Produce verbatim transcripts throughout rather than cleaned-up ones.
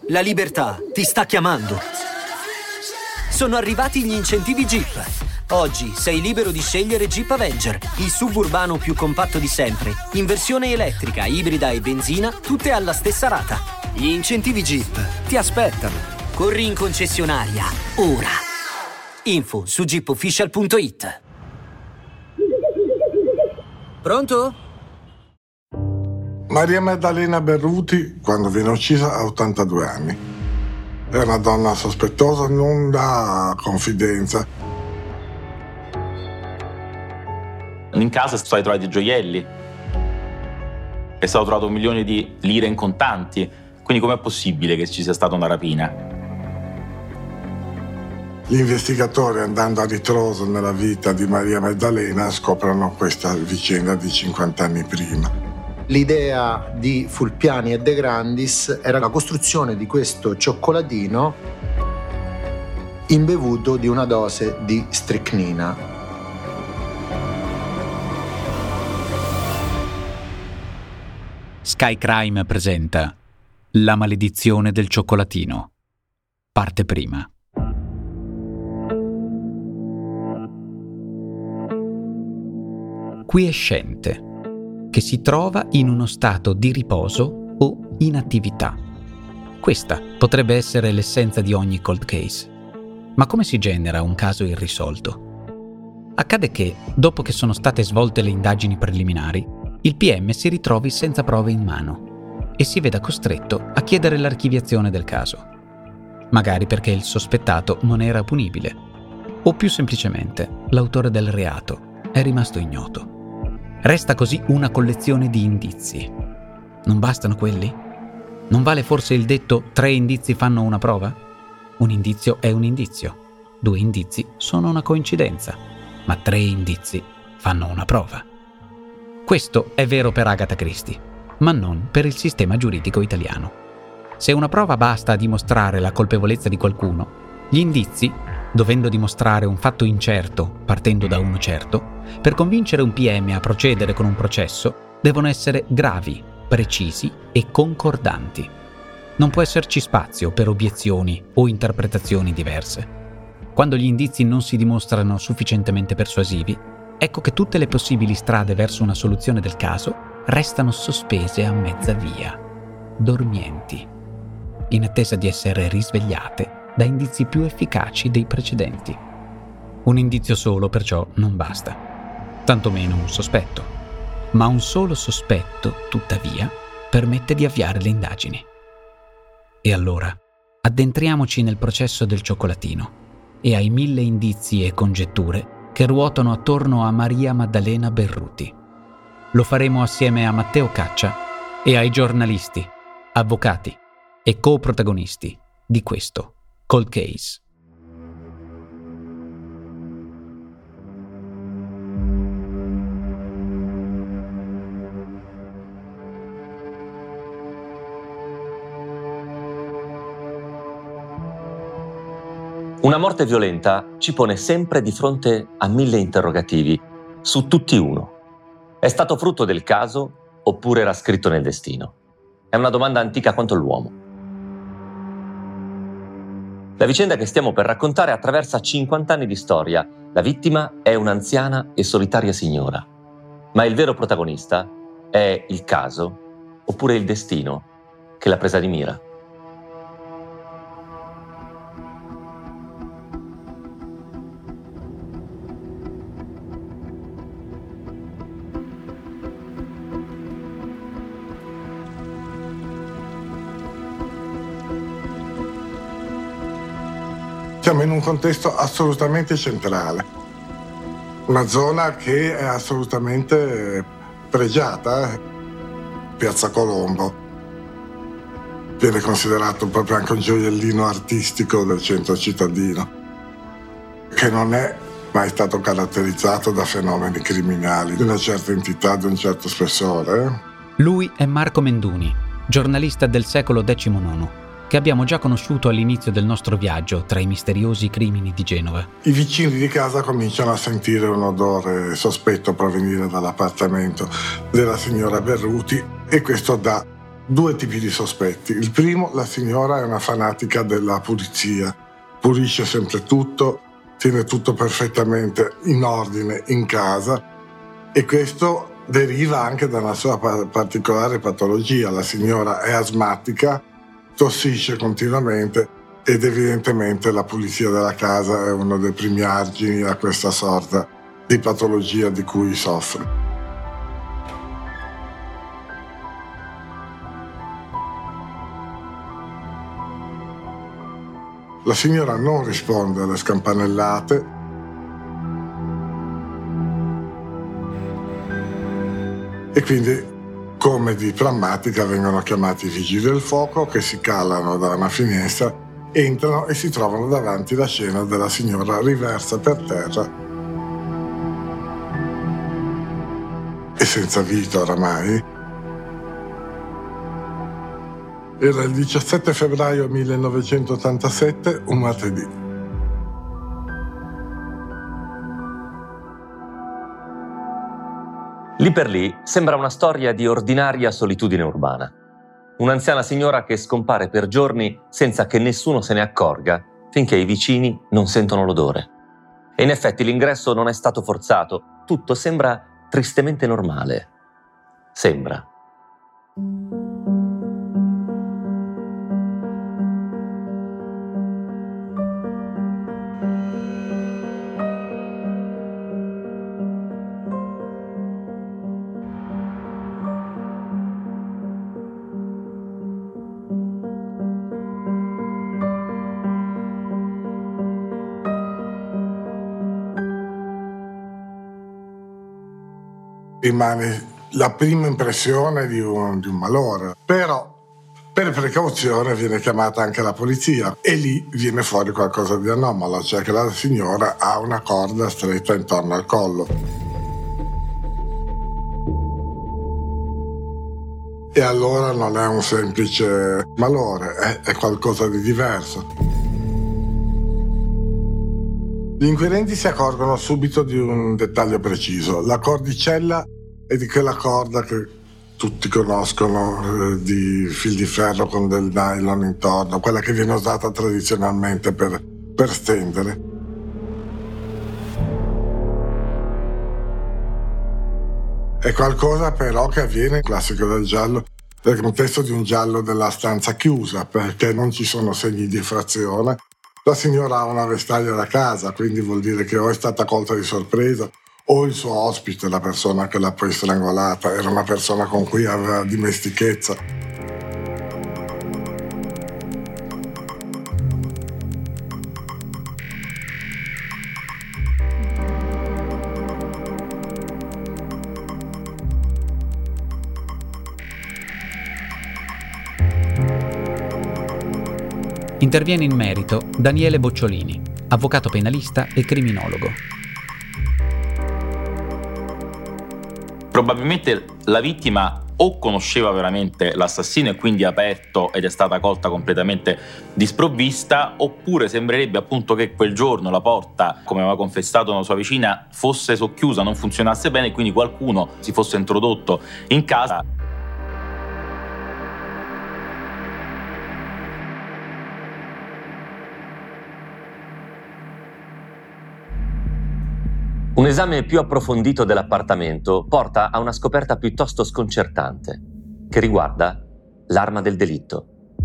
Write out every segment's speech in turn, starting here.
La libertà ti sta chiamando. Sono arrivati gli incentivi Jeep. Oggi sei libero di scegliere Jeep Avenger, il suburbano più compatto di sempre, in versione elettrica, ibrida e benzina, tutte alla stessa rata. Gli incentivi Jeep ti aspettano. Corri in concessionaria, ora. Info su jeep official punto it. Pronto? Maria Maddalena Berruti, quando viene uccisa, ha ottantadue anni. È una donna sospettosa, non dà confidenza. In casa sono stati trovati gioielli. È stato trovato un milione di lire in contanti. Quindi com'è possibile che ci sia stata una rapina? Gli investigatori, andando a ritroso nella vita di Maria Maddalena, scoprono questa vicenda di cinquanta anni prima. L'idea di Fulpiani e De Grandis era la costruzione di questo cioccolatino imbevuto di una dose di stricnina. Sky Crime presenta La maledizione del cioccolatino, parte prima. Quiescente, che si trova in uno stato di riposo o inattività. Questa potrebbe essere l'essenza di ogni cold case. Ma come si genera un caso irrisolto? Accade che, dopo che sono state svolte le indagini preliminari, il P M si ritrovi senza prove in mano e si veda costretto a chiedere l'archiviazione del caso. Magari perché il sospettato non era punibile, o più semplicemente l'autore del reato è rimasto ignoto. Resta così una collezione di indizi. Non bastano quelli? Non vale forse il detto tre indizi fanno una prova? Un indizio è un indizio, due indizi sono una coincidenza, ma tre indizi fanno una prova. Questo è vero per Agatha Christie, ma non per il sistema giuridico italiano. Se una prova basta a dimostrare la colpevolezza di qualcuno, gli indizi, dovendo dimostrare un fatto incerto partendo da uno certo, per convincere un P M a procedere con un processo, devono essere gravi, precisi e concordanti. Non può esserci spazio per obiezioni o interpretazioni diverse. Quando gli indizi non si dimostrano sufficientemente persuasivi, ecco che tutte le possibili strade verso una soluzione del caso restano sospese a mezza via, dormienti, in attesa di essere risvegliate da indizi più efficaci dei precedenti. Un indizio solo, perciò, non basta, tantomeno un sospetto. Ma un solo sospetto, tuttavia, permette di avviare le indagini. E allora, addentriamoci nel processo del cioccolatino e ai mille indizi e congetture che ruotano attorno a Maria Maddalena Berruti. Lo faremo assieme a Matteo Caccia e ai giornalisti, avvocati e coprotagonisti di questo cold case. Una morte violenta ci pone sempre di fronte a mille interrogativi, su tutti uno. È stato frutto del caso oppure era scritto nel destino? È una domanda antica quanto l'uomo. La vicenda che stiamo per raccontare attraversa cinquanta anni di storia. La vittima è un'anziana e solitaria signora. Ma il vero protagonista è il caso oppure il destino che l'ha presa di mira. Siamo in un contesto assolutamente centrale, una zona che è assolutamente pregiata, Piazza Colombo. Viene considerato proprio anche un gioiellino artistico del centro cittadino, che non è mai stato caratterizzato da fenomeni criminali di una certa entità, di un certo spessore. Lui è Marco Menduni, giornalista del secolo diciannove, che abbiamo già conosciuto all'inizio del nostro viaggio tra i misteriosi crimini di Genova. I vicini di casa cominciano a sentire un odore sospetto provenire dall'appartamento della signora Berruti e questo dà due tipi di sospetti. Il primo, la signora è una fanatica della pulizia, pulisce sempre tutto, tiene tutto perfettamente in ordine in casa, e questo deriva anche da una sua particolare patologia. La signora è asmatica, tossisce continuamente, ed evidentemente la pulizia della casa è uno dei primi argini a questa sorta di patologia di cui soffre. La signora non risponde alle scampanellate e quindi, come di prammatica, vengono chiamati i vigili del fuoco, che si calano da una finestra, entrano e si trovano davanti la scena della signora riversa per terra e senza vita oramai. Era il diciassette febbraio millenovecentottantasette, un martedì. Lì per lì sembra una storia di ordinaria solitudine urbana. Un'anziana signora che scompare per giorni senza che nessuno se ne accorga, finché i vicini non sentono l'odore. E in effetti l'ingresso non è stato forzato, tutto sembra tristemente normale. Sembra. Rimane la prima impressione di un, di un malore, però per precauzione viene chiamata anche la polizia e lì viene fuori qualcosa di anomalo, cioè che la signora ha una corda stretta intorno al collo. E allora non è un semplice malore, è, è qualcosa di diverso. Gli inquirenti si accorgono subito di un dettaglio preciso: la cordicella è di quella corda che tutti conoscono, eh, di fil di ferro con del nylon intorno, quella che viene usata tradizionalmente per, per stendere. È qualcosa però che avviene, classico del giallo, nel contesto di un giallo della stanza chiusa, perché non ci sono segni di effrazione. La signora ha una vestaglia da casa, quindi vuol dire che o è stata colta di sorpresa o il suo ospite, la persona che l'ha poi strangolata, era una persona con cui aveva dimestichezza. Interviene in merito Daniele Bocciolini, avvocato penalista e criminologo. Probabilmente la vittima o conosceva veramente l'assassino e quindi ha aperto ed è stata colta completamente disprovvista, oppure sembrerebbe appunto che quel giorno la porta, come aveva confessato una sua vicina, fosse socchiusa, non funzionasse bene e quindi qualcuno si fosse introdotto in casa. Un esame più approfondito dell'appartamento porta a una scoperta piuttosto sconcertante, che riguarda l'arma del delitto.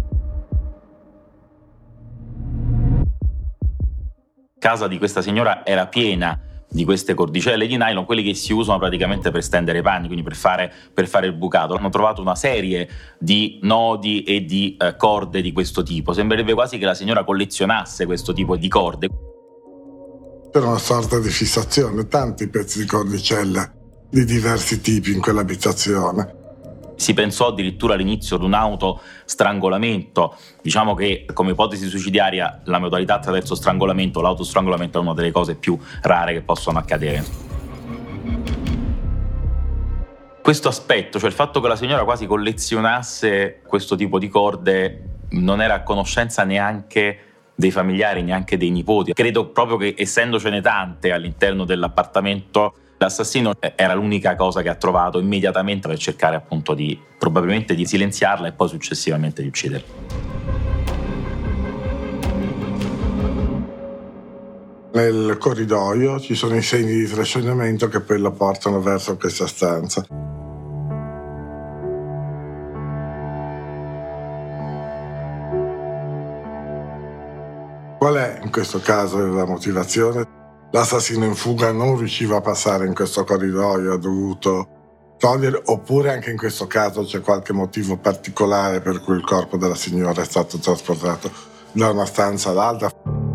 Casa di questa signora era piena di queste cordicelle di nylon, quelli che si usano praticamente per stendere i panni, quindi per fare, per fare il bucato. Hanno trovato una serie di nodi e di eh, corde di questo tipo. Sembrerebbe quasi che la signora collezionasse questo tipo di corde. C'era una sorta di fissazione, tanti pezzi di cordicella di diversi tipi in quell'abitazione. Si pensò addirittura all'inizio ad un autostrangolamento. Diciamo che come ipotesi suicidiaria la modalità attraverso strangolamento, l'autostrangolamento è una delle cose più rare che possono accadere. Questo aspetto, cioè il fatto che la signora quasi collezionasse questo tipo di corde, non era a conoscenza neanche dei familiari, neanche dei nipoti. Credo proprio che, essendocene tante all'interno dell'appartamento, L'assassino era l'unica cosa che ha trovato immediatamente per cercare appunto di, probabilmente di silenziarla e poi successivamente di ucciderla. Nel corridoio ci sono i segni di trascinamento che poi la portano verso questa stanza. Qual è in questo caso la motivazione? L'assassino in fuga non riusciva a passare in questo corridoio, ha dovuto togliere, oppure anche in questo caso c'è qualche motivo particolare per cui il corpo della signora è stato trasportato da una stanza all'altra.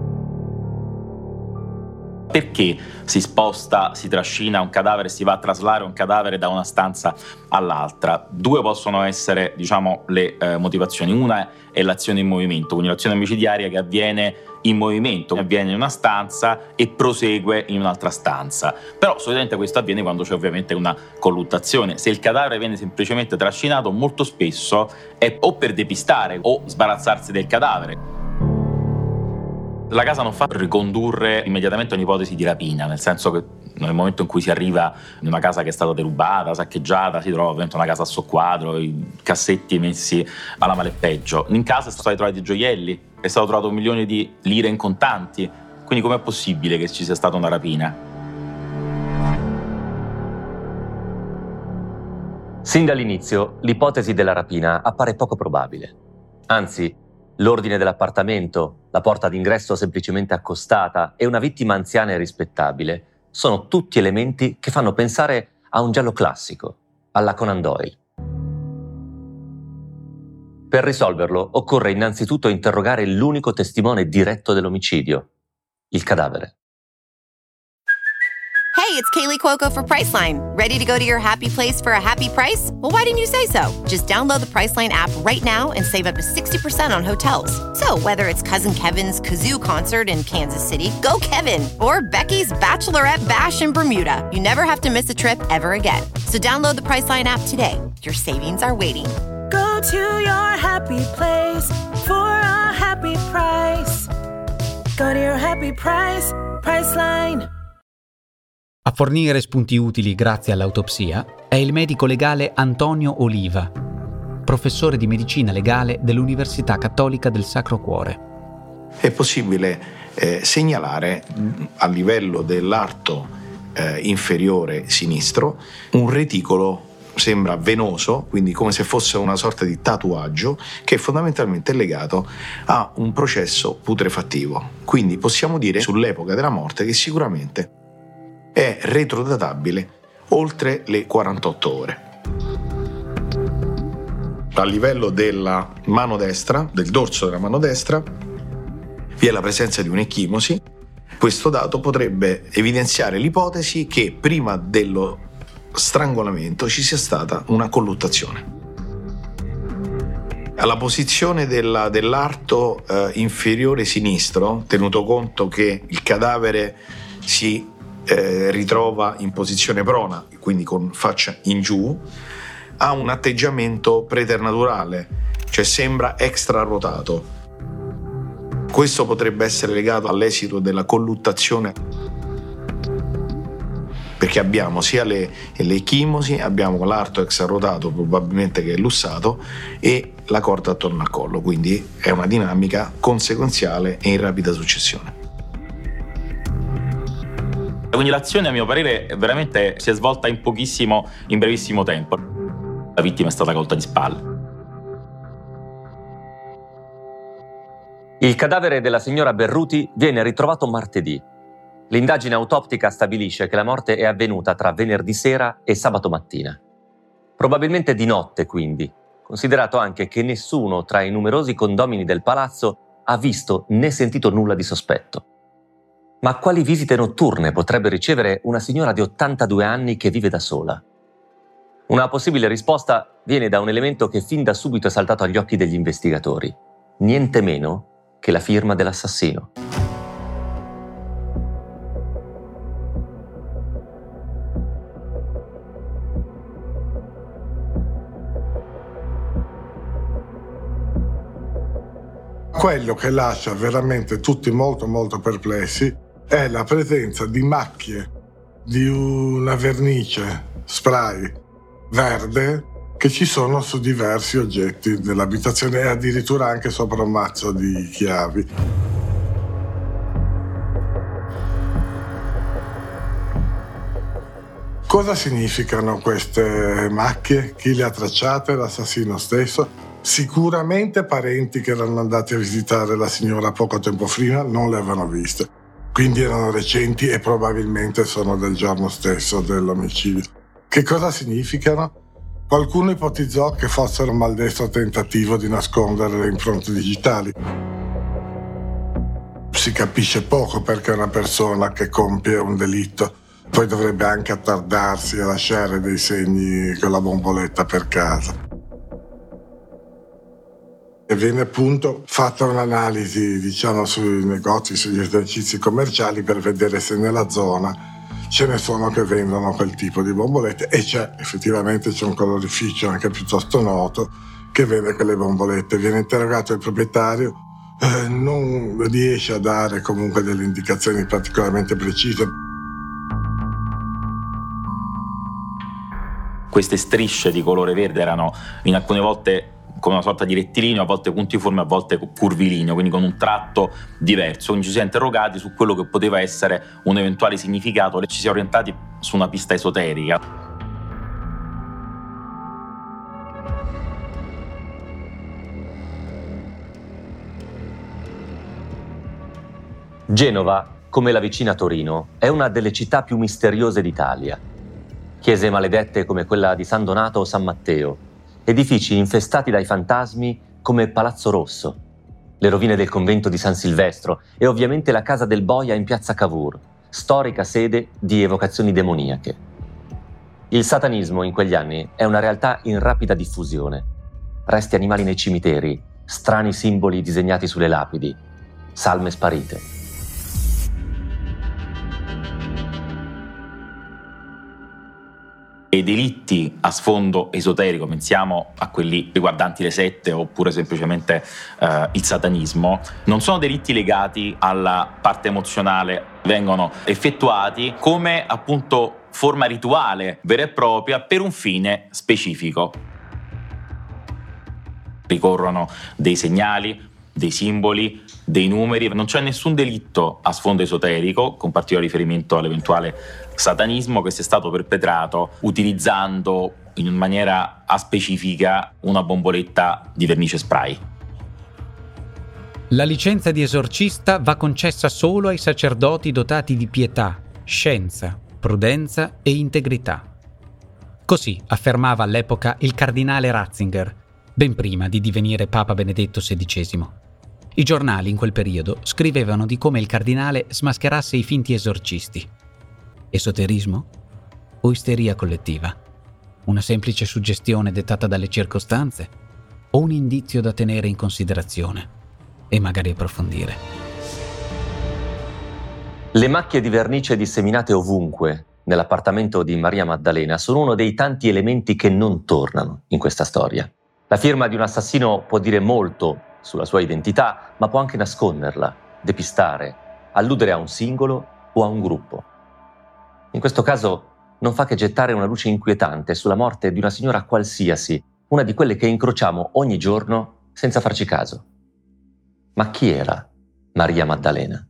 Perché si sposta, si trascina un cadavere, si va a traslare un cadavere da una stanza all'altra? Due possono essere, diciamo, le eh, motivazioni. Una è l'azione in movimento, quindi l'azione omicidiaria che avviene in movimento, avviene in una stanza e prosegue in un'altra stanza. Però solitamente questo avviene quando c'è ovviamente una colluttazione. Se il cadavere viene semplicemente trascinato, molto spesso è o per depistare o sbarazzarsi del cadavere. La casa non fa ricondurre immediatamente un'ipotesi di rapina, nel senso che nel momento in cui si arriva in una casa che è stata derubata, saccheggiata, si trova ovviamente una casa a soqquadro, i cassetti messi alla male peggio. In casa sono stati trovati gioielli, è stato trovato un milione di lire in contanti, quindi com'è possibile che ci sia stata una rapina? Sin dall'inizio l'ipotesi della rapina appare poco probabile. Anzi, l'ordine dell'appartamento, la porta d'ingresso semplicemente accostata e una vittima anziana e rispettabile sono tutti elementi che fanno pensare a un giallo classico, alla Conan Doyle. Per risolverlo occorre innanzitutto interrogare l'unico testimone diretto dell'omicidio, il cadavere. Hey, it's Kaylee Cuoco for Priceline. Ready to go to your happy place for a happy price? Well, why didn't you say so? Just download the Priceline app right now and save up to sixty percent on hotels. So whether it's Cousin Kevin's Kazoo Concert in Kansas City, go Kevin, or Becky's Bachelorette Bash in Bermuda, you never have to miss a trip ever again. So download the Priceline app today. Your savings are waiting. Go to your happy place for a happy price. Go to your happy price, Priceline. A fornire spunti utili grazie all'autopsia è il medico legale Antonio Oliva, professore di medicina legale dell'Università Cattolica del Sacro Cuore. È possibile eh, segnalare a livello dell'arto eh, inferiore sinistro un reticolo, sembra venoso, quindi come se fosse una sorta di tatuaggio che fondamentalmente è legato a un processo putrefattivo. Quindi possiamo dire sull'epoca della morte che sicuramente è retrodatabile oltre le quarantotto ore. A livello della mano destra, del dorso della mano destra, vi è la presenza di un'ecchimosi. Questo dato potrebbe evidenziare l'ipotesi che prima dello strangolamento ci sia stata una colluttazione. Alla posizione della, dell'arto eh, inferiore sinistro, tenuto conto che il cadavere si Eh, ritrova in posizione prona, quindi con faccia in giù, ha un atteggiamento preternaturale, cioè sembra extraruotato. Questo potrebbe essere legato all'esito della colluttazione, perché abbiamo sia le, le echimosi, abbiamo l'arto extraruotato probabilmente che è lussato e la corda attorno al collo, quindi è una dinamica conseguenziale e in rapida successione. Quindi l'azione, a mio parere, veramente si è svolta in pochissimo, in brevissimo tempo. La vittima è stata colta di spalle. Il cadavere della signora Berruti viene ritrovato martedì. L'indagine autoptica stabilisce che la morte è avvenuta tra venerdì sera e sabato mattina. Probabilmente di notte, quindi, considerato anche che nessuno tra i numerosi condomini del palazzo ha visto né sentito nulla di sospetto. Ma quali visite notturne potrebbe ricevere una signora di ottantadue anni che vive da sola? Una possibile risposta viene da un elemento che fin da subito è saltato agli occhi degli investigatori. Niente meno che la firma dell'assassino. Quello che lascia veramente tutti molto molto perplessi è la presenza di macchie di una vernice spray verde che ci sono su diversi oggetti dell'abitazione e addirittura anche sopra un mazzo di chiavi. Cosa significano queste macchie? Chi le ha tracciate? L'assassino stesso? Sicuramente parenti che erano andati a visitare la signora poco tempo prima non le avevano viste, quindi erano recenti e probabilmente sono del giorno stesso dell'omicidio. Che cosa significano? Qualcuno ipotizzò che fossero un maldestro tentativo di nascondere le impronte digitali. Si capisce poco perché una persona che compie un delitto poi dovrebbe anche attardarsi a lasciare dei segni con la bomboletta per casa. E viene appunto fatta un'analisi, diciamo, sui negozi, sugli esercizi commerciali per vedere se nella zona ce ne sono che vendono quel tipo di bombolette, e c'è, effettivamente c'è un colorificio anche piuttosto noto che vende quelle bombolette. Viene interrogato il proprietario, eh, non riesce a dare comunque delle indicazioni particolarmente precise. Queste strisce di colore verde erano in alcune volte come una sorta di rettilineo, a volte puntiforme, a volte curvilineo, quindi con un tratto diverso. Quindi ci si è interrogati su quello che poteva essere un eventuale significato e ci si è orientati su una pista esoterica. Genova, come la vicina Torino, è una delle città più misteriose d'Italia. Chiese maledette come quella di San Donato o San Matteo, edifici infestati dai fantasmi come Palazzo Rosso, le rovine del convento di San Silvestro e ovviamente la casa del Boia in piazza Cavour, storica sede di evocazioni demoniache. Il satanismo in quegli anni è una realtà in rapida diffusione. Resti animali nei cimiteri, strani simboli disegnati sulle lapidi, salme sparite. E delitti a sfondo esoterico, pensiamo a quelli riguardanti le sette oppure semplicemente eh, il satanismo, non sono delitti legati alla parte emozionale, vengono effettuati come appunto forma rituale vera e propria per un fine specifico. Ricorrono dei segnali, dei simboli, dei numeri, non c'è nessun delitto a sfondo esoterico, con particolare riferimento all'eventuale satanismo, che sia stato perpetrato utilizzando in maniera aspecifica una bomboletta di vernice spray. La licenza di esorcista va concessa solo ai sacerdoti dotati di pietà, scienza, prudenza e integrità. Così affermava all'epoca il cardinale Ratzinger, ben prima di divenire Papa Benedetto sedicesimo. I giornali in quel periodo scrivevano di come il cardinale smascherasse i finti esorcisti. Esoterismo? O isteria collettiva? Una semplice suggestione dettata dalle circostanze? O un indizio da tenere in considerazione e magari approfondire? Le macchie di vernice disseminate ovunque nell'appartamento di Maria Maddalena sono uno dei tanti elementi che non tornano in questa storia. La firma di un assassino può dire molto sulla sua identità, ma può anche nasconderla, depistare, alludere a un singolo o a un gruppo. In questo caso non fa che gettare una luce inquietante sulla morte di una signora qualsiasi, una di quelle che incrociamo ogni giorno senza farci caso. Ma chi era Maria Maddalena?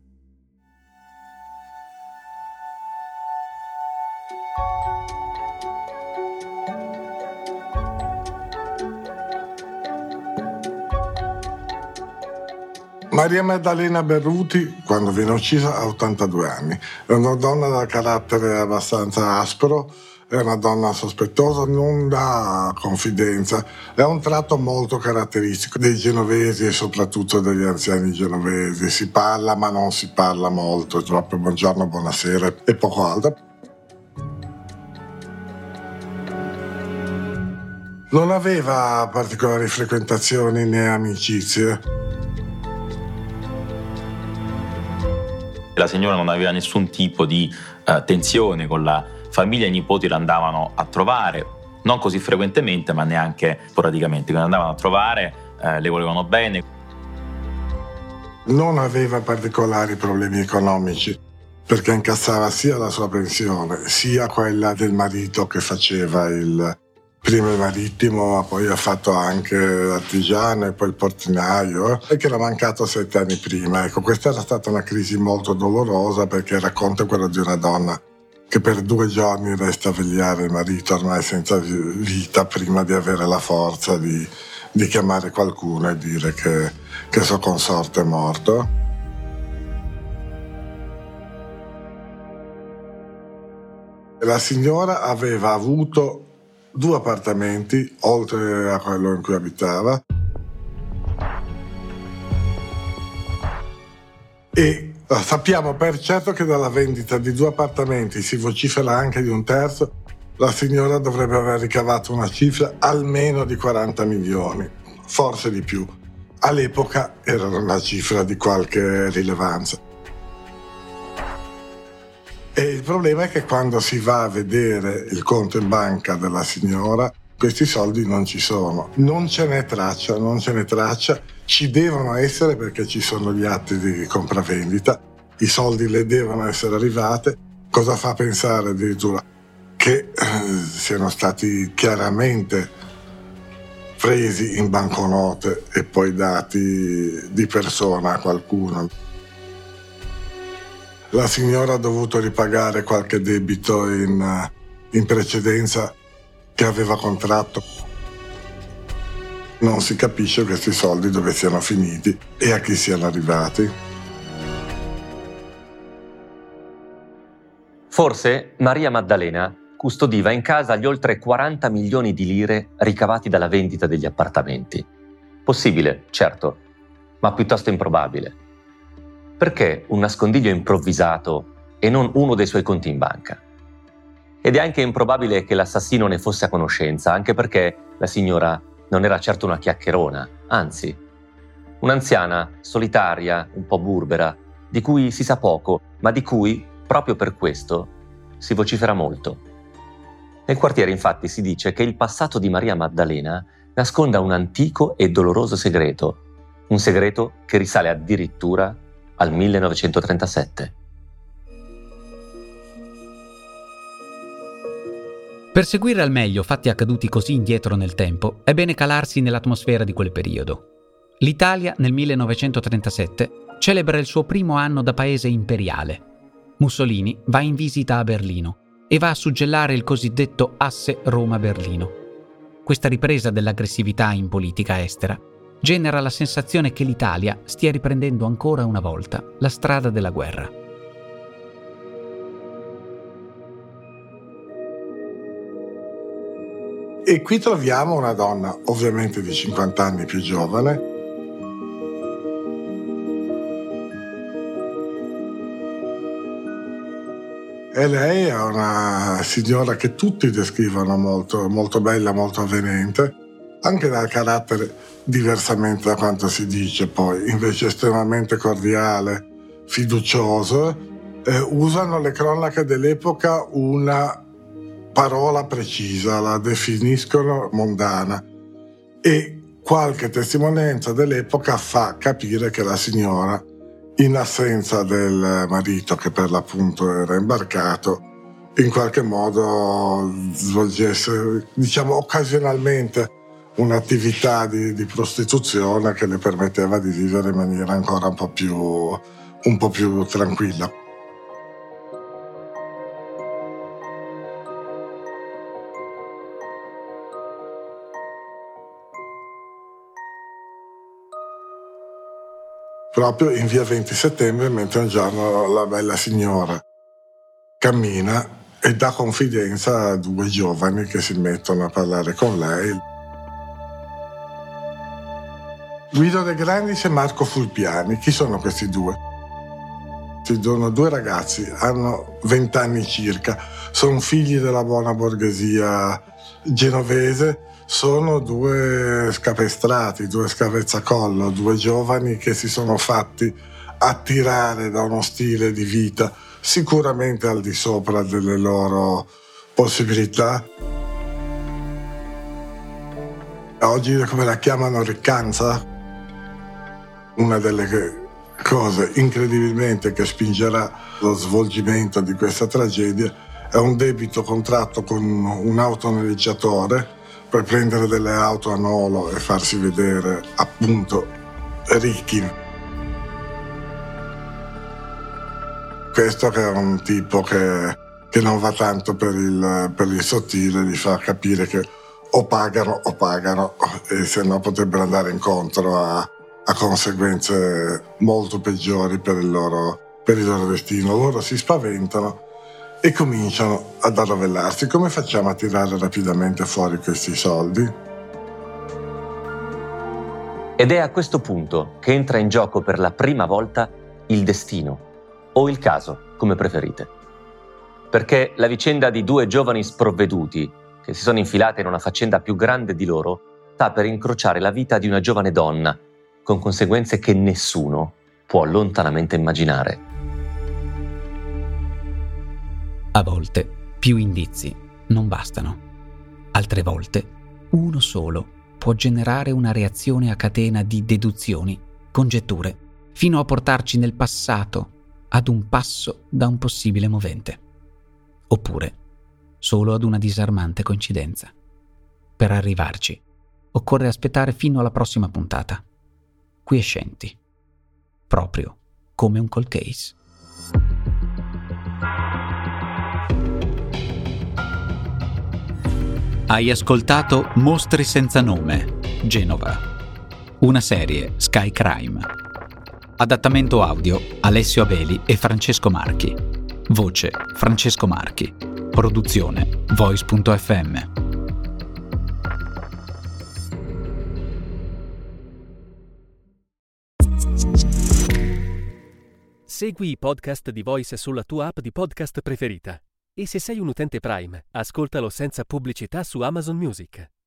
Maria Maddalena Berruti, quando viene uccisa, ha ottantadue anni. È una donna dal carattere abbastanza aspro, è una donna sospettosa, non dà confidenza. È un tratto molto caratteristico dei genovesi e soprattutto degli anziani genovesi. Si parla ma non si parla molto, è proprio buongiorno, buonasera e poco altro. Non aveva particolari frequentazioni né amicizie. La signora non aveva nessun tipo di uh, tensione con la famiglia, i nipoti la andavano a trovare, non così frequentemente ma neanche sporadicamente, quando andavano a trovare uh, le volevano bene. Non aveva particolari problemi economici, perché incassava sia la sua pensione sia quella del marito che faceva il prima il marittimo, ma poi ha fatto anche l'artigiano e poi il portinaio, e che era mancato sette anni prima. Ecco, questa era stata una crisi molto dolorosa, perché racconta quello di una donna che per due giorni resta a vegliare il marito ormai senza vita prima di avere la forza di, di chiamare qualcuno e dire che, che suo consorte è morto. La signora aveva avuto due appartamenti oltre a quello in cui abitava e sappiamo per certo che dalla vendita di due appartamenti, si vocifera anche di un terzo, la signora dovrebbe aver ricavato una cifra almeno di quaranta milioni, forse di più. All'epoca era una cifra di qualche rilevanza. E il problema è che quando si va a vedere il conto in banca della signora, questi soldi non ci sono. Non ce n'è traccia, non ce n'è traccia. Ci devono essere perché ci sono gli atti di compravendita. I soldi le devono essere arrivate. Cosa fa pensare addirittura? Che eh, siano stati chiaramente presi in banconote e poi dati di persona a qualcuno. La signora ha dovuto ripagare qualche debito in, in precedenza che aveva contratto. Non si capisce questi soldi dove siano finiti e a chi siano arrivati. Forse Maria Maddalena custodiva in casa gli oltre quaranta milioni di lire ricavati dalla vendita degli appartamenti. Possibile, certo, ma piuttosto improbabile. Perché un nascondiglio improvvisato e non uno dei suoi conti in banca? Ed è anche improbabile che l'assassino ne fosse a conoscenza, anche perché la signora non era certo una chiacchierona, anzi, un'anziana, solitaria, un po' burbera, di cui si sa poco, ma di cui, proprio per questo, si vocifera molto. Nel quartiere, infatti, si dice che il passato di Maria Maddalena nasconda un antico e doloroso segreto, un segreto che risale addirittura al millenovecentotrentasette. Per seguire al meglio fatti accaduti così indietro nel tempo, è bene calarsi nell'atmosfera di quel periodo. L'Italia nel millenovecentotrentasette celebra il suo primo anno da paese imperiale. Mussolini va in visita a Berlino e va a suggellare il cosiddetto asse Roma-Berlino. Questa ripresa dell'aggressività in politica estera genera la sensazione che l'Italia stia riprendendo ancora una volta la strada della guerra. E qui troviamo una donna, ovviamente di cinquanta anni più giovane, e lei è una signora che tutti descrivono molto, molto bella, molto avvenente, anche dal carattere diversamente da quanto si dice poi, invece estremamente cordiale, fiducioso. Eh, usano le cronache dell'epoca una parola precisa, la definiscono mondana, e qualche testimonianza dell'epoca fa capire che la signora, in assenza del marito che per l'appunto era imbarcato, in qualche modo svolgesse, diciamo occasionalmente, un'attività di, di prostituzione che le permetteva di vivere in maniera ancora un po' più, un po' più tranquilla. Proprio in via venti settembre, mentre un giorno la bella signora cammina e dà confidenza a due giovani che si mettono a parlare con lei. Guido De Grandis e Marco Fulpiani. Chi sono questi due? Sono due ragazzi, hanno vent'anni circa, sono figli della buona borghesia genovese, sono due scapestrati, due scavezzacollo, due giovani che si sono fatti attirare da uno stile di vita sicuramente al di sopra delle loro possibilità. Oggi come la chiamano riccanza? Una delle cose incredibilmente che spingerà lo svolgimento di questa tragedia è un debito contratto con un autonoleggiatore per prendere delle auto a nolo e farsi vedere appunto ricchi. Questo che è un tipo che, che non va tanto per il, per il sottile, gli fa capire che o pagano o pagano, e se no potrebbero andare incontro a, a conseguenze molto peggiori per il loro, per il loro destino. Loro si spaventano e cominciano ad arrovellarsi. Come facciamo a tirare rapidamente fuori questi soldi? Ed è a questo punto che entra in gioco per la prima volta il destino, o il caso, come preferite. Perché la vicenda di due giovani sprovveduti che si sono infilate in una faccenda più grande di loro sta per incrociare la vita di una giovane donna, con conseguenze che nessuno può lontanamente immaginare. A volte più indizi non bastano. Altre volte uno solo può generare una reazione a catena di deduzioni, congetture, fino a portarci nel passato ad un passo da un possibile movente. Oppure solo ad una disarmante coincidenza. Per arrivarci occorre aspettare fino alla prossima puntata. Quiescenti. Proprio come un cold case. Hai ascoltato Mostri senza nome, Genova. Una serie Sky Crime. Adattamento audio Alessio Abeli e Francesco Marchi. Voce Francesco Marchi. Produzione Voice punto effe emme. Segui i podcast di Voice sulla tua app di podcast preferita. E se sei un utente Prime, ascoltalo senza pubblicità su Amazon Music.